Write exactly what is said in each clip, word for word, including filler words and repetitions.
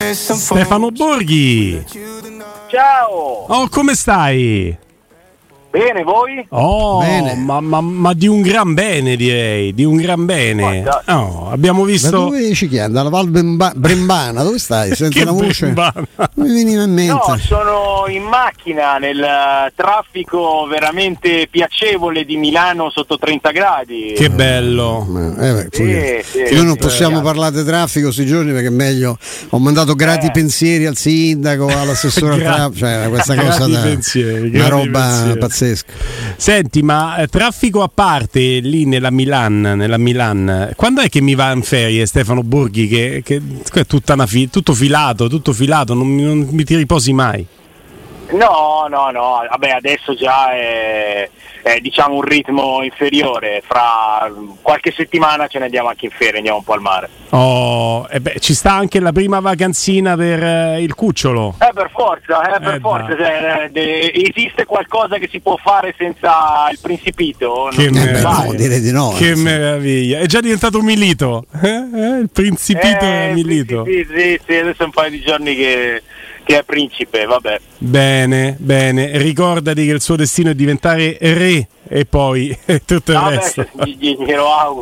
Stefano Borghi. Ciao. Oh, come stai? Bene, voi? Oh, Bene. Ma, ma, ma di un gran bene, direi, di un gran bene. Oh, abbiamo visto. Ma dove ci chiedi? Dalla Val Bremba- Brembana, dove stai? Senti Che una voce? Brembana? Mi veniva in mente. No, sono in macchina nel traffico veramente piacevole di Milano sotto trenta gradi. Che bello. Eh, beh, Sì, sì, noi non sì, possiamo sì. parlare di traffico questi giorni perché è meglio. Ho mandato grati Eh. pensieri al sindaco, all'assessore al Gra- traffico, cioè questa grati cosa da, pensieri, una grati roba pensieri. pazzesca. Senti, ma eh, traffico a parte lì nella Milan, nella Milan, quando è che mi va in ferie Stefano Borghi? Che, che, che è tutta una fi- tutto filato, tutto filato, non, mi- non mi ti riposi mai. No, no, no, vabbè, adesso già è, è diciamo un ritmo inferiore, fra qualche settimana ce ne andiamo anche in ferie, andiamo un po' al mare. Oh, e beh, ci sta anche la prima vacanzina per eh, il cucciolo. Eh per forza, eh per Eh, forza, dai. cioè, eh, de- esiste qualcosa che si può fare senza il principito? Che Non si Eh beh, fa. no, direi di no. Che eh, sì. meraviglia, è già diventato Milito, eh? Eh, il principito Eh, è Milito. Sì, sì, sì, sì, adesso è un paio di giorni che, che è principe, vabbè. Bene, bene, ricordati che il suo destino è diventare re e poi tutto il Vabbè, resto. gli, gli- glielo auguro.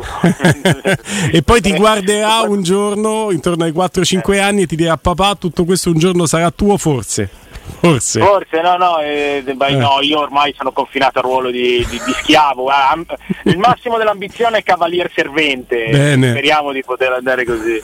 E poi ti guarderà un giorno, intorno ai quattro cinque anni, e ti dirà: papà, tutto questo un giorno sarà tuo, forse. Forse. Forse no, no, eh, beh, Eh. no, io ormai sono confinato al ruolo di, di, di schiavo. Ah, am- il massimo dell'ambizione è cavalier servente. Bene. Speriamo di poter andare così.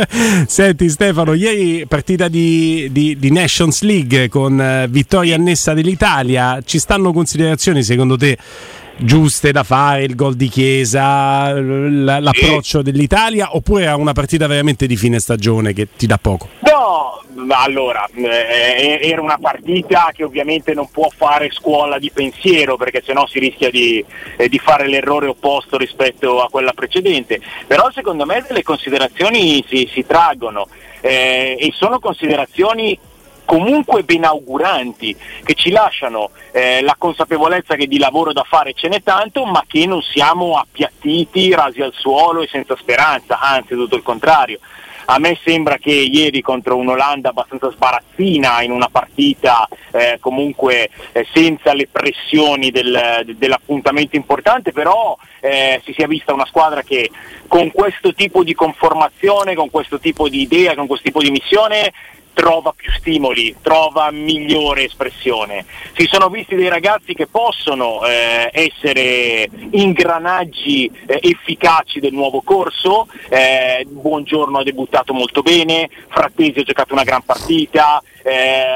Senti Stefano, ieri partita di, di, di Nations League con eh, vittoria annessa dell'Italia, ci stanno considerazioni secondo te giuste da fare, il gol di Chiesa, l- l'approccio dell'Italia, oppure è una partita veramente di fine stagione che ti dà poco? No, ma allora, eh, era una partita che ovviamente non può fare scuola di pensiero, perché sennò si rischia di, eh, di fare l'errore opposto rispetto a quella precedente, però secondo me delle considerazioni si, si traggono eh, e sono considerazioni comunque benauguranti, che ci lasciano eh, la consapevolezza che di lavoro da fare ce n'è tanto, ma che non siamo appiattiti, rasi al suolo e senza speranza, anzi tutto il contrario. A me sembra che ieri contro un'Olanda abbastanza sbarazzina, in una partita eh, comunque eh, senza le pressioni del, dell'appuntamento importante, però eh, si sia vista una squadra che con questo tipo di conformazione, con questo tipo di idea, con questo tipo di missione trova più stimoli, trova migliore espressione. Si sono visti dei ragazzi che possono eh, essere ingranaggi eh, efficaci del nuovo corso. eh, Buongiorno ha debuttato molto bene, Frattesi ha giocato una gran partita, eh,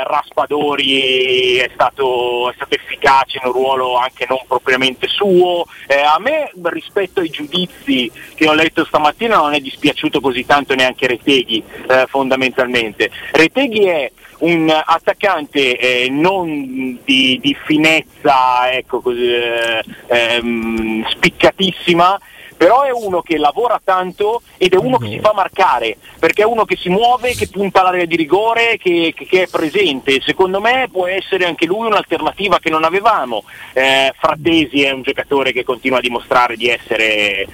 Raspadori è stato, è stato efficace in un ruolo anche non propriamente suo. Eh, a me, rispetto ai giudizi che ho letto stamattina, non è dispiaciuto così tanto neanche Reteghi, eh, fondamentalmente. Reteghi è un attaccante eh, non di, di finezza, ecco, così, eh, ehm, spiccatissima, però è uno che lavora tanto ed è uno che si fa marcare, perché è uno che si muove, che punta all'area di rigore, che, che, che è presente. Secondo me può essere anche lui un'alternativa che non avevamo. eh, Frattesi è un giocatore che continua a dimostrare di essere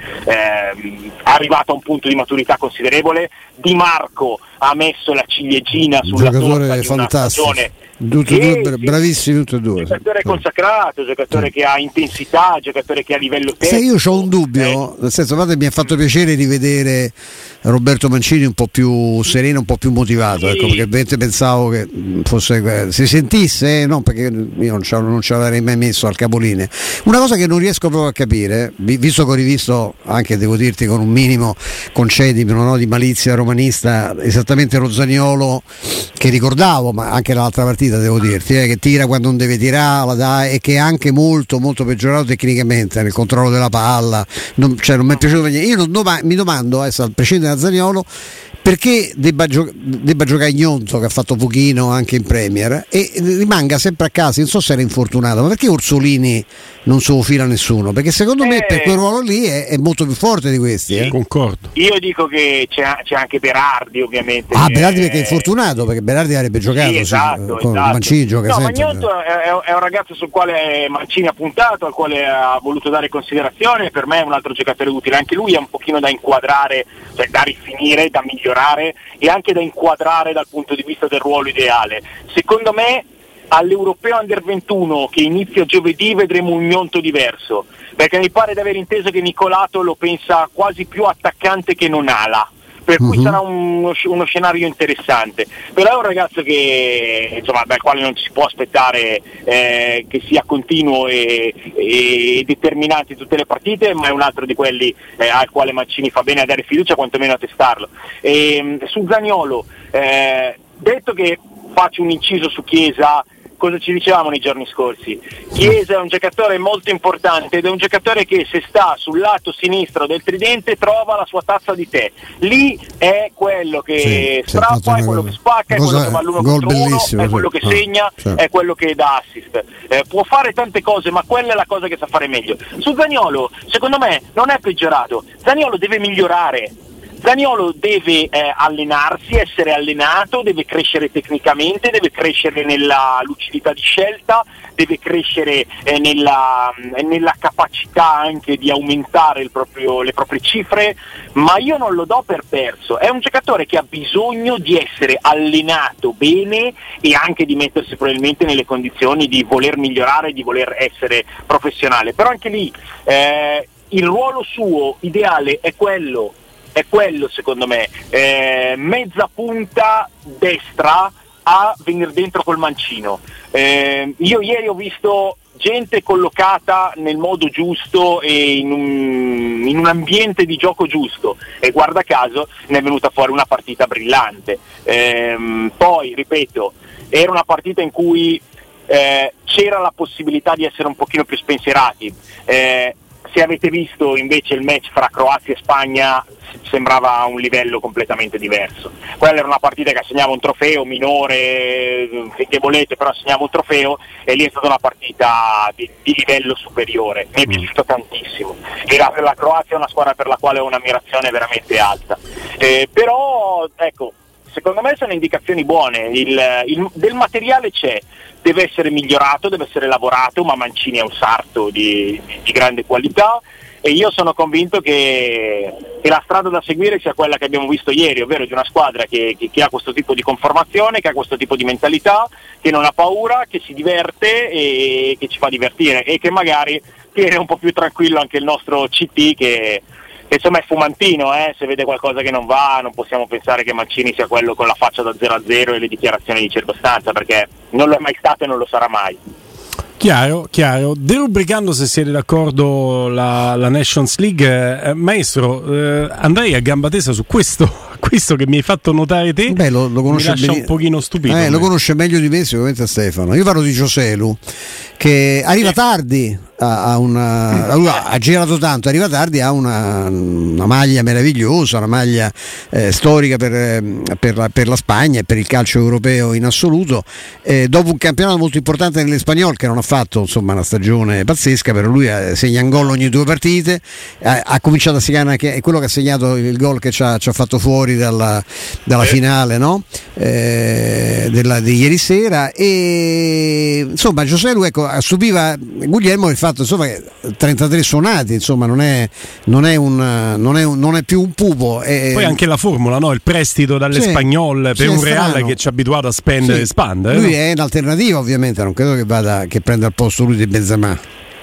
eh, arrivato a un punto di maturità considerevole. Di Marco ha messo la ciliegina sulla torta Giocatore di una fantastico. stagione. Tutti e due, Sì, bra- sì. bravissimi tutti e due. Giocatore sì. consacrato, giocatore Sì. che ha intensità, giocatore che ha livello tecnico. Se io ho un dubbio, nel senso, guarda, mi ha fatto piacere rivedere Roberto Mancini un po' più sereno, un po' più motivato, Sì. ecco, perché veramente pensavo che fosse, si sentisse, eh, no, perché io non ce, non ce l'avrei mai messo al capolinea. Una cosa che non riesco proprio a capire, vi- visto che ho rivisto anche, devo dirti, con un minimo, concedimi, no, di malizia romanista, esattamente lo Zaniolo che ricordavo, ma anche l'altra partita, devo dirti, eh, che tira quando non deve tirare, la dà, e che è anche molto molto peggiorato tecnicamente nel controllo della palla, non, cioè non mi è piaciuto per niente. Io non doma- mi domando, eh, al prescindere da Zaniolo, perché debba, gio- debba giocare Gnonto, che ha fatto pochino anche in Premier, e rimanga sempre a casa. Non so se era infortunato, ma perché Orsolini non se lo fila nessuno? Perché secondo me Eh. per quel ruolo lì è, è molto più forte di questi, eh. Concordo. Io dico che c'è, c'è anche Berardi, ovviamente. Ah, che- Berardi perché è infortunato, perché Berardi avrebbe giocato Sì, sì, esatto, con- esatto. Mancini gioca no, sempre. Magnotto è, è un ragazzo sul quale Mancini ha puntato, al quale ha voluto dare considerazione, per me è un altro giocatore utile, anche lui è un pochino da inquadrare, cioè da rifinire, da migliorare e anche da inquadrare dal punto di vista del ruolo ideale. Secondo me all'Europeo Under ventuno che inizia giovedì vedremo un Gnonto diverso, perché mi pare di aver inteso che Nicolato lo pensa quasi più attaccante che non ala, per cui uh-huh. sarà uno, uno scenario interessante. Però è un ragazzo che insomma dal quale non ci si può aspettare eh, che sia continuo e, e determinante in tutte le partite, ma è un altro di quelli eh, al quale Mancini fa bene a dare fiducia, quantomeno a testarlo. E, su Zaniolo, eh, detto che faccio un inciso su Chiesa, cosa ci dicevamo nei giorni scorsi? Chiesa è un giocatore molto importante ed è un giocatore che se sta sul lato sinistro del tridente trova la sua tazza di tè. Lì è quello che sì, strappa, è quello che spacca, è quello che va all'uno contro uno, è quello che segna, ah, certo. è quello che dà assist. Eh, può fare tante cose, ma quella è la cosa che sa fare meglio. Su Zaniolo, secondo me, non è peggiorato. Zaniolo deve migliorare. Zaniolo deve eh, allenarsi, essere allenato, deve crescere tecnicamente, deve crescere nella lucidità di scelta, deve crescere eh, nella, eh, nella capacità anche di aumentare il proprio, le proprie cifre, ma io non lo do per perso. È un giocatore che ha bisogno di essere allenato bene e anche di mettersi probabilmente nelle condizioni di voler migliorare, di voler essere professionale. Però anche lì eh, il ruolo suo ideale è quello è quello secondo me, eh, mezza punta destra a venire dentro col mancino. Eh, io ieri ho visto gente collocata nel modo giusto e in un, in un ambiente di gioco giusto e guarda caso ne è venuta fuori una partita brillante. Eh, poi, ripeto, era una partita in cui eh, c'era la possibilità di essere un pochino più spensierati. Eh, se avete visto invece il match fra Croazia e Spagna sembrava un livello completamente diverso. Quella era una partita che assegnava un trofeo minore, che volete, però assegnava un trofeo e lì è stata una partita di, di livello superiore. Mi è piaciuto tantissimo e la, la Croazia è una squadra per la quale ho un'ammirazione veramente alta. Eh, però ecco, secondo me sono indicazioni buone, il, il, del materiale c'è, deve essere migliorato, deve essere lavorato, ma Mancini è un sarto di, di, di grande qualità e io sono convinto che, che la strada da seguire sia quella che abbiamo visto ieri, ovvero di una squadra che, che, che ha questo tipo di conformazione, che ha questo tipo di mentalità, che non ha paura, che si diverte e che ci fa divertire e che magari tiene un po' più tranquillo anche il nostro C T che insomma è fumantino, eh? Se vede qualcosa che non va non possiamo pensare che Mancini sia quello con la faccia da zero a zero e le dichiarazioni di circostanza, perché non lo è mai stato e non lo sarà mai. Chiaro, chiaro. Derubricando, se siete d'accordo, la, la Nations League, eh, maestro, eh, andrei a gamba tesa su questo, questo che mi hai fatto notare te. Beh, lo, lo conosce mi lascia bene, un pochino stupito. Eh, lo conosce meglio di me sicuramente Stefano. Io parlo di Joselu, che arriva tardi. Ha, una, ha girato tanto, arriva tardi, ha una, una maglia meravigliosa, una maglia eh, storica per, per, la, per la Spagna e per il calcio europeo in assoluto. Eh, dopo un campionato molto importante nell'Espanyol, che non ha fatto insomma una stagione pazzesca, però lui eh, segna un gol ogni due partite, ha, ha cominciato a segnare anche, è quello che ha segnato il gol che ci ha, ci ha fatto fuori dalla, dalla finale, no? eh, della, di ieri sera. E insomma Joselu, ecco, stupiva Guglielmo il fatto insomma trentatré suonati, insomma non è, non è, un, non è, un, non è più un pupo. È... Poi anche la formula, no? Il prestito dall'Espanyol sì, per sì, un Real strano. che ci ha abituato a spendere sì. e spandere. Lui no? è un'alternativa ovviamente, non credo che vada che prenda al posto lui di Benzema.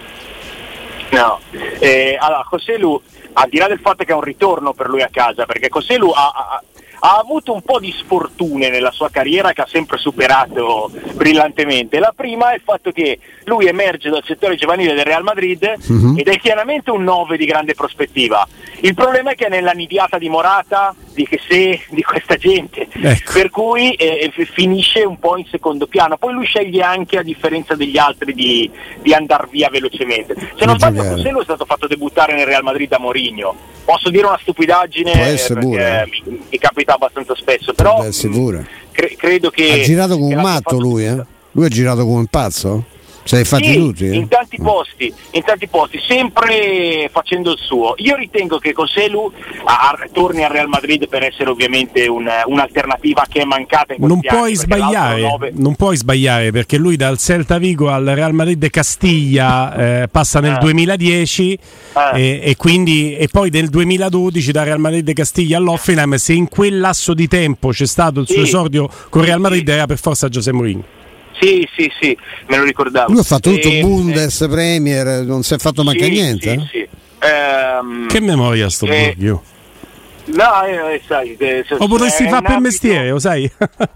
No, eh, allora Joselu, al di là del fatto che è un ritorno per lui a casa, perché Joselu ha, ha ha avuto un po' di sfortune nella sua carriera che ha sempre superato brillantemente. La prima è il fatto che lui emerge dal settore giovanile del Real Madrid uh-huh. ed è chiaramente un nove di grande prospettiva. Il problema è che è nella nidiata di Morata, di che se di questa gente, ecco. Per cui eh, finisce un po' in secondo piano. Poi lui sceglie anche, a differenza degli altri, di, di andare via velocemente. Se non sbaglio, Joselu è stato fatto debuttare nel Real Madrid da Mourinho. Posso dire una stupidaggine eh, perché mi, mi capita abbastanza spesso, però mh, cre- credo che ha girato come che un matto lui, eh? Lui ha girato come un pazzo. Sei fatti sì, tutti? Eh? In tanti posti, in tanti posti, sempre facendo il suo. Io ritengo che Joselu a, a, torni al Real Madrid per essere ovviamente un, un'alternativa che è mancata in questi non puoi anni, sbagliare, nove... non puoi sbagliare perché lui dal Celta Vigo al Real Madrid Castiglia eh, passa nel eh. duemiladieci eh. E, e quindi e poi nel duemiladodici da Real Madrid Castiglia all'Hoffenheim. Se in quel lasso di tempo c'è stato il suo sì. esordio con Real Madrid sì. era per forza José Mourinho. Sì, sì, sì, me lo ricordavo. Lui ha fatto tutto e, Bundes, eh, Premier, non si è fatto mancare sì, niente. Sì, sì. Um, che memoria sto eh, Borghio. No, eh, sai, eh, o potresti fare per ambito... mestiere, lo sai?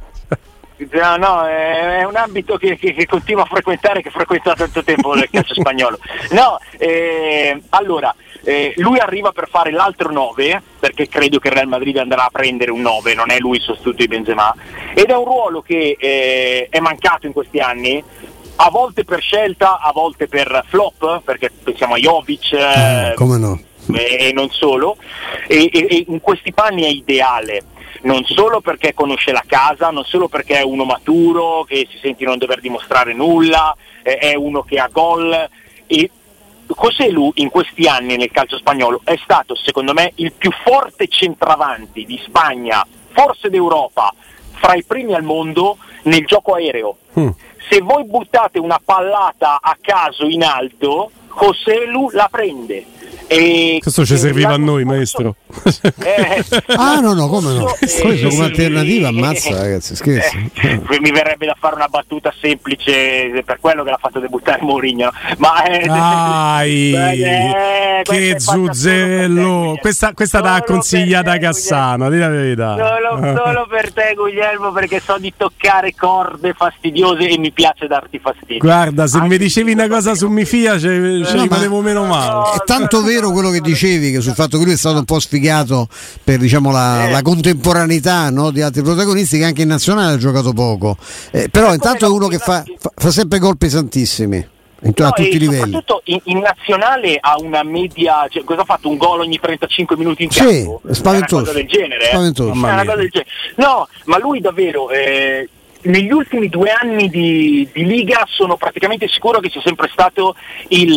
No, no, è un ambito che, che, che continuo a frequentare, che frequento da tanto tempo nel calcio spagnolo. No, eh, allora, eh, lui arriva per fare l'altro nove, perché credo che il Real Madrid andrà a prendere un nove, non è lui il sostituto di Benzema, ed è un ruolo che eh, è mancato in questi anni, a volte per scelta, a volte per flop, perché pensiamo a Jovic, eh, come no? E non solo, e, e, e in questi panni è ideale. Non solo perché conosce la casa, non solo perché è uno maturo, che si sente non dover dimostrare nulla, eh, è uno che ha gol. E Joselu in questi anni nel calcio spagnolo è stato, secondo me, il più forte centravanti di Spagna, forse d'Europa, fra i primi al mondo nel gioco aereo. Mm. Se voi buttate una pallata a caso in alto, Joselu la prende. E questo ci serviva a noi, maestro. Eh, ah no no come no eh, come alternativa ammazza eh, ragazzi scherzi eh, mi verrebbe da fare una battuta semplice per quello che l'ha fatto debuttare Mourinho, ma eh, Dai, eh, che zuzzello, questa, questa l'ha consigliata Cassano, di la verità. Solo, solo per te Guglielmo, perché so di toccare corde fastidiose e mi piace darti fastidio. Guarda, se Anche mi dicevi una cosa su Mifia ci no, rimanevo meno male. No, è tanto no, vero quello che dicevi, che sul fatto che lui è stato un po' sfigato per diciamo la, eh. la contemporaneità, no, di altri protagonisti, che anche in nazionale ha giocato poco, eh, però intanto è uno che fa, fa, fa sempre gol pesantissimi in, no, a tutti i livelli. Soprattutto in, in nazionale ha una media, cioè, cosa ha fatto? Un gol ogni trentacinque minuti in sì, campo? spaventoso. È una cosa del genere, spaventoso. Eh? È una cosa del genere. No, ma lui davvero eh, negli ultimi due anni di, di Liga sono praticamente sicuro che sia sempre stato il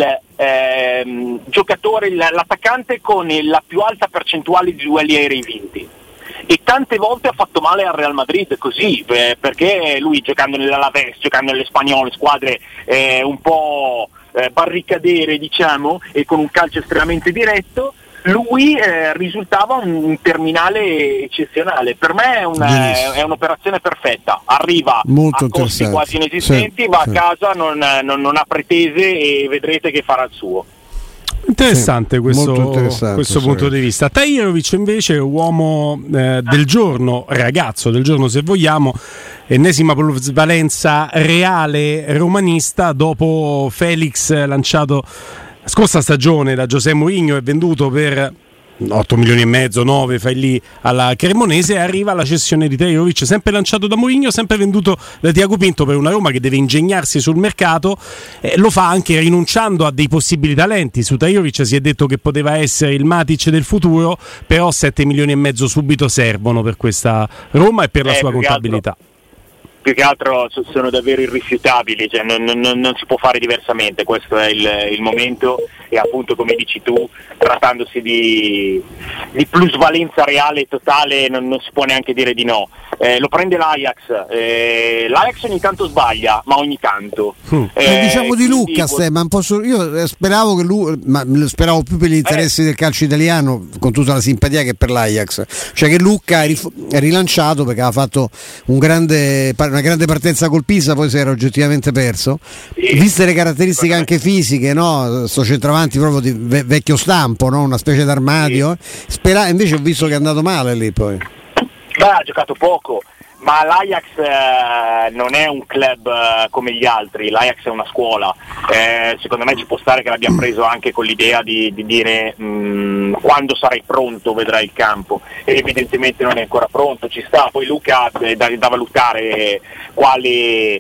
ehm, giocatore, l'attaccante con la più alta percentuale di duelli aerei vinti. E tante volte ha fatto male al Real Madrid così, eh, perché lui giocando nell'Alaves, giocando nelle spagnole, squadre eh, un po' eh, barricadere diciamo, e con un calcio estremamente diretto, lui eh, risultava un, un terminale eccezionale. Per me è, una, è un'operazione perfetta, arriva molto a costi quasi inesistenti, sì, va sì. a casa, non, non, non ha pretese e vedrete che farà il suo. Interessante, sì, questo, interessante questo punto di vista. Tahirovic invece uomo eh, del giorno, ragazzo del giorno se vogliamo, ennesima plusvalenza reale romanista dopo Felix lanciato scorsa stagione da José Mourinho e venduto per otto milioni e mezzo, nove fai lì alla Cremonese, e arriva la cessione di Tahirovic, sempre lanciato da Mourinho, sempre venduto da Tiago Pinto per una Roma che deve ingegnarsi sul mercato, eh, lo fa anche rinunciando a dei possibili talenti. Su Tahirovic si è detto che poteva essere il Matic del futuro, però sette milioni e mezzo subito servono per questa Roma e per la eh, sua contabilità. Più che altro sono davvero irrifiutabili, cioè non, non, non si può fare diversamente, questo è il, il momento, e appunto come dici tu, trattandosi di, di plusvalenza reale e totale non, non si può neanche dire di no. Eh, lo prende l'Ajax, eh, l'Ajax ogni tanto sbaglia, ma ogni tanto. Mm. Eh, diciamo di Lucas, può... ma posso, io speravo che lui, ma speravo più per gli interessi eh. del calcio italiano, con tutta la simpatia che per l'Ajax, cioè che Lucca è rilanciato perché aveva fatto un grande, una grande partenza col Pisa, poi si era oggettivamente perso, sì. Viste le caratteristiche anche fisiche, no? Sto centravanti proprio di ve- vecchio stampo, no? Una specie d'armadio, sì. Spera- invece ho visto che è andato male lì poi. Beh, ha giocato poco, ma l'Ajax eh, non è un club eh, come gli altri, l'Ajax è una scuola, eh, secondo me ci può stare che l'abbia preso anche con l'idea di, di dire mh, quando sarai pronto vedrai il campo, e evidentemente non è ancora pronto, ci sta. Poi Luca è da, da valutare quale eh,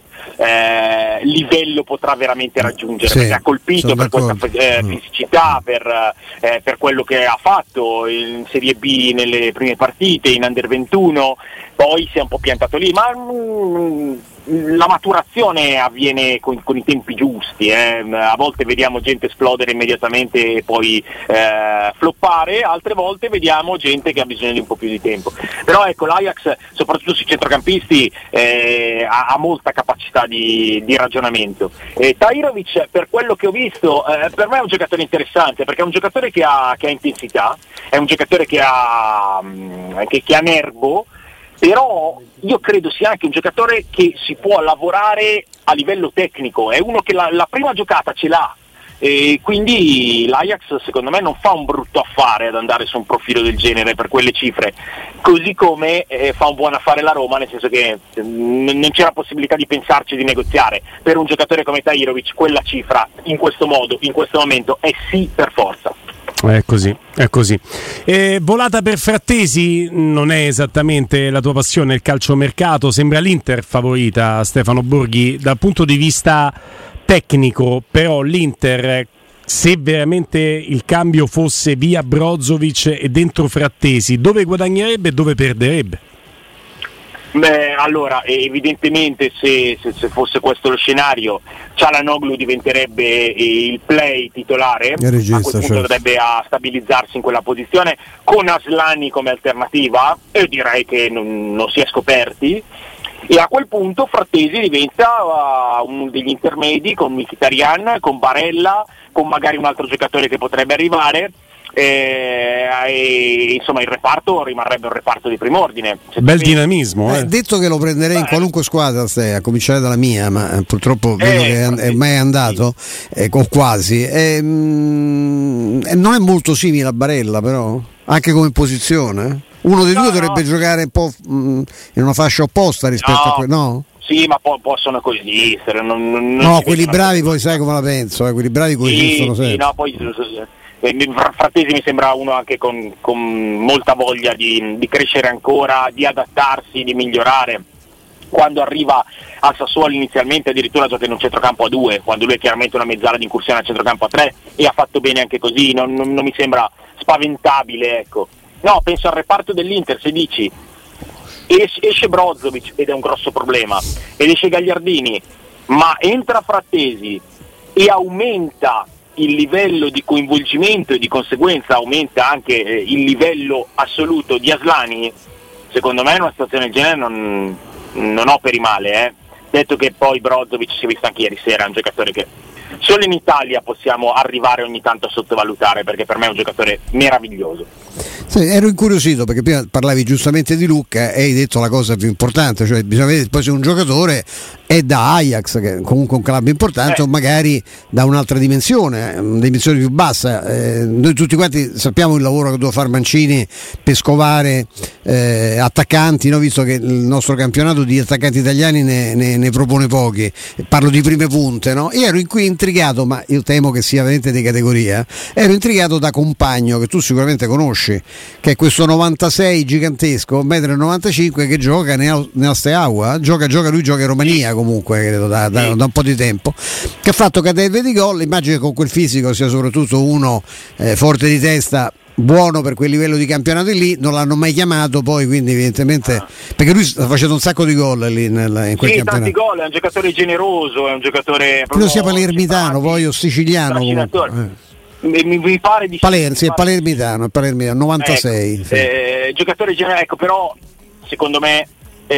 livello potrà veramente raggiungere, sì, perché ha colpito per questa eh, fisicità, per, eh, per quello che ha fatto in Serie B nelle prime partite, in Under ventuno, poi si è un po' piantato lì, ma mh, la maturazione avviene con, con i tempi giusti, eh. A volte vediamo gente esplodere immediatamente e poi eh, floppare, altre volte vediamo gente che ha bisogno di un po' più di tempo. Però ecco, l'Ajax, soprattutto sui centrocampisti, eh, ha, ha molta capacità di, di ragionamento. E Tahirović, per quello che ho visto, eh, per me è un giocatore interessante, perché è un giocatore che ha, che ha intensità, è un giocatore che ha, mh, che, che ha nervo, però io credo sia anche un giocatore che si può lavorare a livello tecnico, è uno che la, la prima giocata ce l'ha, e quindi l'Ajax secondo me non fa un brutto affare ad andare su un profilo del genere per quelle cifre, così come eh, fa un buon affare la Roma, nel senso che eh, non c'era possibilità di pensarci di negoziare per un giocatore come Tahirović quella cifra in questo modo, in questo momento è sì per forza. È così, è così. E volata per Frattesi non è esattamente la tua passione, il calciomercato, sembra l'Inter favorita, Stefano Borghi, dal punto di vista tecnico, però l'Inter, se veramente il cambio fosse via Brozovic e dentro Frattesi, dove guadagnerebbe e dove perderebbe? Beh, allora, evidentemente se, se, se fosse questo lo scenario, Çalhanoğlu diventerebbe il play titolare, regista, a quel punto certo. dovrebbe a stabilizzarsi in quella posizione, con Aslani come alternativa, e direi che non, non si è scoperti, e a quel punto Frattesi diventa uh, uno degli intermedi con Mkhitaryan, con Barella, con magari un altro giocatore che potrebbe arrivare. E, e insomma il reparto rimarrebbe un reparto di prim'ordine. Bel dinamismo, eh. Eh, detto che lo prenderei Beh. in qualunque squadra, stai, a cominciare dalla mia, ma eh, purtroppo vedo eh, che è, è mai andato, eh, o quasi. Eh, mh, non è molto simile a Barella, però, anche come posizione. Uno dei no, due dovrebbe no. giocare un po' mh, in una fascia opposta rispetto no. a quello. No? Sì, ma po- possono coesistere. Non, non no, quelli bravi poi sai come la penso, eh, quelli bravi coesistono sì, sempre. Sì, no, poi Frattesi mi sembra uno anche con, con molta voglia di, di crescere ancora, di adattarsi, di migliorare. Quando arriva al Sassuolo inizialmente addirittura gioca in un centrocampo a due, quando lui è chiaramente una mezzala di incursione al centrocampo a tre, e ha fatto bene anche così, non, non, non mi sembra spaventabile, ecco. No, penso al reparto dell'Inter, se dici es- esce Brozovic ed è un grosso problema, ed esce Gagliardini, ma entra Frattesi e aumenta il livello di coinvolgimento e di conseguenza aumenta anche eh, il livello assoluto di Aslani, secondo me in una situazione del genere non, non operi male, eh. Detto che poi Brozovic si è visto anche ieri sera, è un giocatore che solo in Italia possiamo arrivare ogni tanto a sottovalutare, perché per me è un giocatore meraviglioso. Sì, ero incuriosito perché prima parlavi giustamente di Lucca e hai detto la cosa più importante, cioè bisogna vedere poi se un giocatore è da Ajax, che è comunque un club importante, eh. o magari da un'altra dimensione, una dimensione più bassa. Eh, noi tutti quanti sappiamo il lavoro che doveva fare Mancini per scovare eh, attaccanti, no? Visto che il nostro campionato di attaccanti italiani ne, ne, ne propone pochi, parlo di prime punte, no? Io ero in qui intrigato, ma io temo che sia veramente di categoria, ero intrigato da Compagno, che tu sicuramente conosci, che è questo novantasei gigantesco, un metro e novantacinque, che gioca nella Steaua, gioca, gioca, lui gioca in Romania comunque, credo, da, da, da un po' di tempo, che ha fatto cadere di gol. Immagino che con quel fisico sia soprattutto uno eh, forte di testa, buono per quel livello di campionato lì, non l'hanno mai chiamato poi, quindi evidentemente ah. perché lui sta facendo un sacco di gol lì nel, in quel sì, campionato. Tanti gol, è un giocatore generoso, è un giocatore credo sia palermitano poi o siciliano comunque. Eh. Mi, mi pare di Paler, sì, è palermitano, è palermitano, novantasei. Ecco, sì. eh, giocatore generale, ecco, però secondo me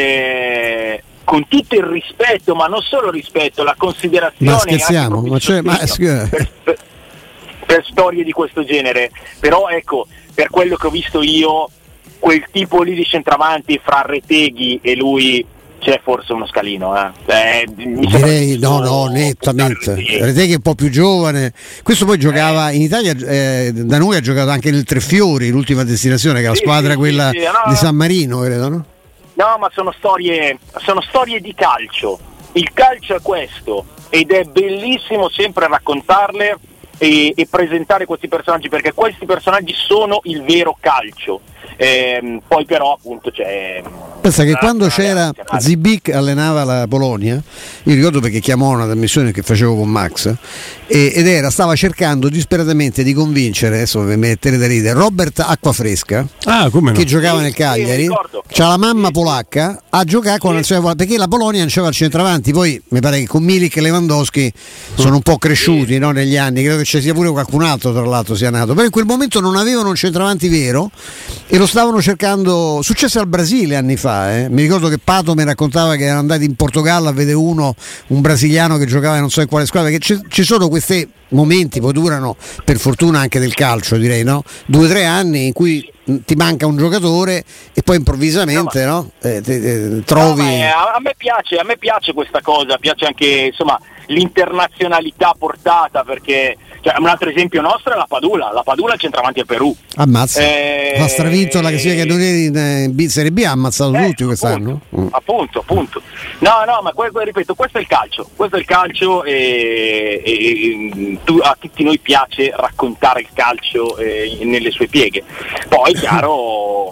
eh, con tutto il rispetto, ma non solo rispetto, la considerazione, ma scherziamo, ma c'è, ma, per, per, per storie di questo genere, però ecco, per quello che ho visto io, quel tipo lì di centravanti fra Retegui e lui c'è forse uno scalino, eh. Eh, mi direi no, no, nettamente. Retegui è un po' più giovane. Questo poi giocava in Italia, eh, da noi ha giocato anche nel Trefiori, l'ultima destinazione, che è la sì, squadra sì, quella sì, sì, no, di San Marino, credo, no? No, ma sono storie, sono storie di calcio. Il calcio è questo, ed è bellissimo sempre raccontarle e, e presentare questi personaggi, perché questi personaggi sono il vero calcio. Eh, poi però appunto c'è. Pensa che quando c'era Zibic allenava la Polonia, io ricordo perché chiamò una trasmissione che facevo con Max e, ed era stava cercando disperatamente di convincere, adesso mi metterete a ridere, Robert Acquafresca, ah, come no? che giocava nel Cagliari, c'ha la mamma polacca, a giocare con la nazione polacca, perché la Polonia non c'era il centravanti. Poi mi pare che con Milik e Lewandowski sono un po' cresciuti, no, negli anni, credo che ci sia pure qualcun altro tra l'altro sia nato, però in quel momento non avevano un centravanti vero e lo stavano cercando. Successe al Brasile anni fa, eh. Mi ricordo che Pato mi raccontava che erano andati in Portogallo a vedere uno, un brasiliano che giocava non so in quale squadra, perché ci, ci sono questi momenti, poi durano per fortuna anche del calcio, direi, no? Due o tre anni in cui ti manca un giocatore e poi improvvisamente no, ma... no? Eh, te, te, trovi no, ma, eh, a me piace a me piace questa cosa, piace anche insomma l'internazionalità portata, perché cioè, un altro esempio nostro è la Padula la Padula è centravanti al Perù, ammazza, eh, ha stravinto la classifica in, in Serie B, ha ammazzato eh, tutti quest'anno, appunto, mm. appunto appunto no no ma que- ripeto, questo è il calcio questo è il calcio e, e tu, a tutti noi piace raccontare il calcio eh, nelle sue pieghe. Poi chiaro,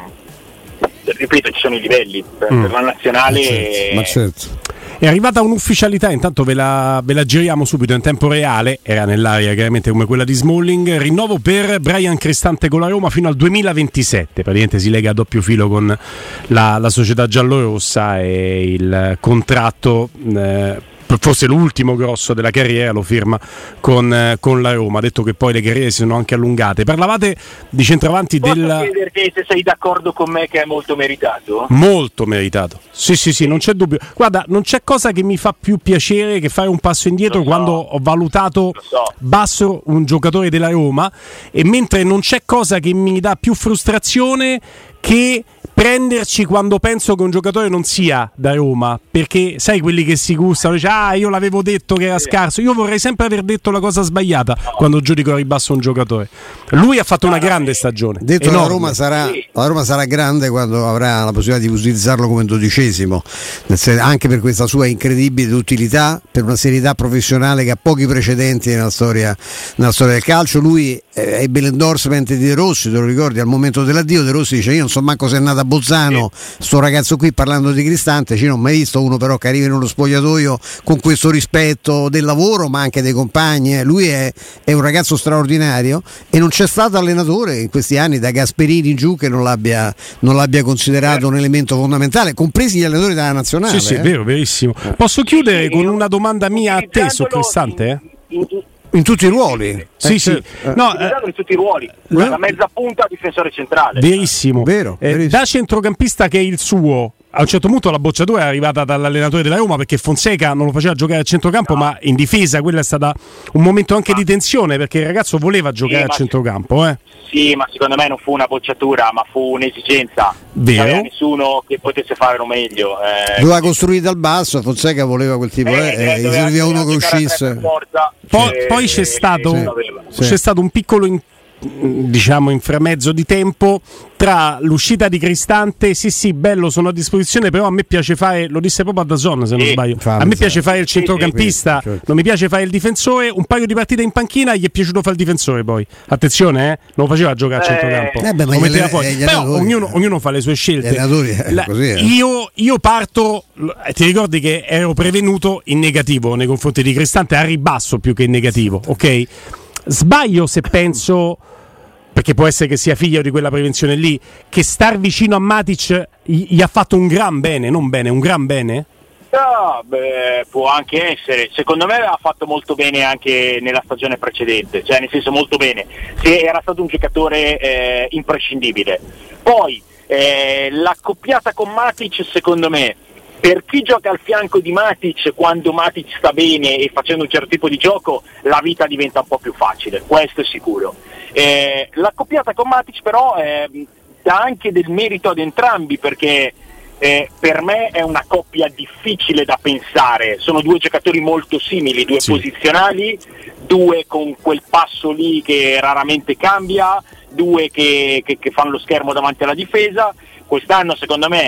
ripeto, ci sono i livelli per, mm. per la nazionale. Ma certo, ma certo. È arrivata un'ufficialità, intanto ve la, ve la giriamo subito in tempo reale, era nell'aria chiaramente come quella di Smalling, rinnovo per Bryan Cristante con la Roma fino al duemilaventisette, praticamente si lega a doppio filo con la, la società giallorossa e il contratto eh, forse l'ultimo grosso della carriera lo firma con, eh, con la Roma. Ha detto che poi le carriere si sono anche allungate. Parlavate di centravanti Posso del... chiederti se sei d'accordo con me che è molto meritato? Molto meritato, sì sì sì, non c'è dubbio. Guarda, non c'è cosa che mi fa più piacere che fare un passo indietro so, quando ho valutato so. basso un giocatore della Roma, e mentre non c'è cosa che mi dà più frustrazione che prenderci quando penso che un giocatore non sia da Roma, perché sai quelli che si gustano, dice ah io l'avevo detto che era scarso. Io vorrei sempre aver detto la cosa sbagliata quando giudico a ribasso un giocatore. Lui ha fatto una grande stagione, detto la Roma, sarà, la Roma sarà grande quando avrà la possibilità di utilizzarlo come dodicesimo, anche per questa sua incredibile utilità, per una serietà professionale che ha pochi precedenti nella storia, nella storia del calcio. Lui ebbe l'endorsement di De Rossi, te lo ricordi, al momento dell'addio De Rossi dice io non so manco se è nato a Bolzano, sì. Sto ragazzo qui, parlando di Cristante, ci non ho mai visto uno però che arriva in uno spogliatoio con questo rispetto del lavoro ma anche dei compagni. Lui è, è un ragazzo straordinario e non c'è stato allenatore in questi anni da Gasperini in giù che non l'abbia, non l'abbia considerato un elemento fondamentale, compresi gli allenatori della nazionale. Sì sì, eh. vero, verissimo. Posso chiudere sì, con una domanda mia a te su Cristante? Eh? In, in, in tutti i ruoli, sì, eh, sì, eh, no, eh, in tutti i ruoli, la mezza punta difensore centrale. Verissimo, vero, eh, verissimo. Da centrocampista che è il suo. A un certo punto la bocciatura è arrivata dall'allenatore della Roma perché Fonseca non lo faceva giocare a centrocampo, no. Ma in difesa quello è stato un momento anche ma... di tensione perché il ragazzo voleva giocare sì, a centrocampo. Eh. Sì, ma secondo me non fu una bocciatura, ma fu un'esigenza. Vero. Non c'era nessuno che potesse farlo meglio. Eh, Doveva costruire dal basso, Fonseca voleva quel tipo, eh, eh, eh, gli serviva uno che uscisse. Poi, eh, poi c'è stato, sì. c'è stato un piccolo in, diciamo inframezzo di tempo tra l'uscita di Cristante, sì sì bello sono a disposizione, però a me piace fare, lo disse proprio a Dazon se non sì, sbaglio, a me piace fare il centrocampista, sì, sì, certo. Non mi piace fare il difensore, un paio di partite in panchina gli è piaciuto fare il difensore, poi attenzione eh, non lo faceva giocare a centrocampo, eh beh, ma lo metteva gli, fuori. gli Però allenatori, ognuno, ognuno fa le sue scelte. La, così, eh. io, io parto, ti ricordi che ero prevenuto in negativo nei confronti di Cristante, a ribasso più che in negativo, ok? Sbaglio se penso, perché può essere che sia figlio di quella prevenzione lì, che star vicino a Matic gli, gli ha fatto un gran bene, non bene, un gran bene? No, beh, può anche essere. Secondo me ha fatto molto bene anche nella stagione precedente, cioè nel senso molto bene. Se era stato un giocatore eh, imprescindibile. Poi eh, l'accoppiata con Matic, secondo me, per chi gioca al fianco di Matic, quando Matic sta bene e facendo un certo tipo di gioco, la vita diventa un po' più facile, questo è sicuro. Eh, l'accoppiata con Matic però eh, dà anche del merito ad entrambi, perché eh, per me è una coppia difficile da pensare, sono due giocatori molto simili, due sì. posizionali, due con quel passo lì che raramente cambia, due che, che, che fanno lo schermo davanti alla difesa. Quest'anno secondo me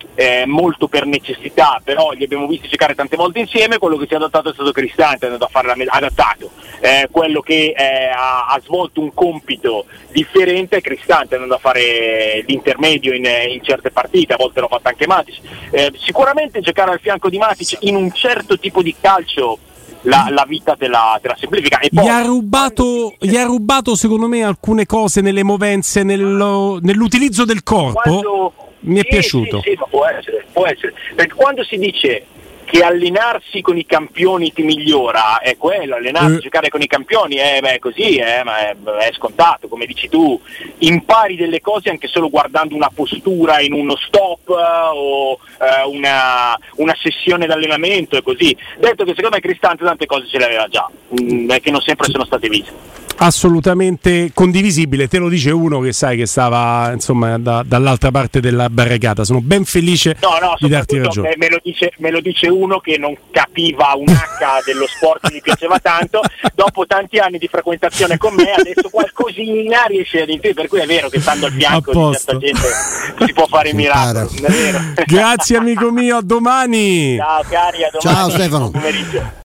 eh, molto per necessità, però li abbiamo visti giocare tante volte insieme. Quello che si è adattato è stato Cristante, è andato a fare la med- adattato, eh, quello che eh, ha, ha svolto un compito differente è Cristante, andando a fare l'intermedio in, in certe partite, a volte l'ho fatto anche Matic. Eh, sicuramente giocare al fianco di Matic in un certo tipo di calcio La, la vita te la, te la semplifica. E poi, gli, ha rubato, dice, gli ha rubato secondo me alcune cose nelle movenze, nello, nell'utilizzo del corpo. Quando, mi è sì, piaciuto. Sì, sì, ma può essere, può essere. Perché quando si dice che allenarsi con i campioni ti migliora, è quello, allenarsi, eh. giocare con i campioni, è eh, così, eh, ma è, è scontato, come dici tu, impari delle cose anche solo guardando una postura in uno stop uh, o uh, una, una sessione d'allenamento e così. Detto che secondo me Cristante tante cose ce le aveva già, mh, che non sempre sono state viste. Assolutamente condivisibile, te lo dice uno che sai che stava insomma da, dall'altra parte della barricata. Sono ben felice no, no, di darti ragione. Me lo, dice, me lo dice uno che non capiva un H dello sport che gli piaceva tanto, dopo tanti anni di frequentazione con me adesso qualcosina riesce ad intuire, per cui è vero che stando al fianco di certa gente si può fare i miracoli. Grazie amico mio, a domani. Ciao cari, a domani. Ciao Stefano. Buon pomeriggio.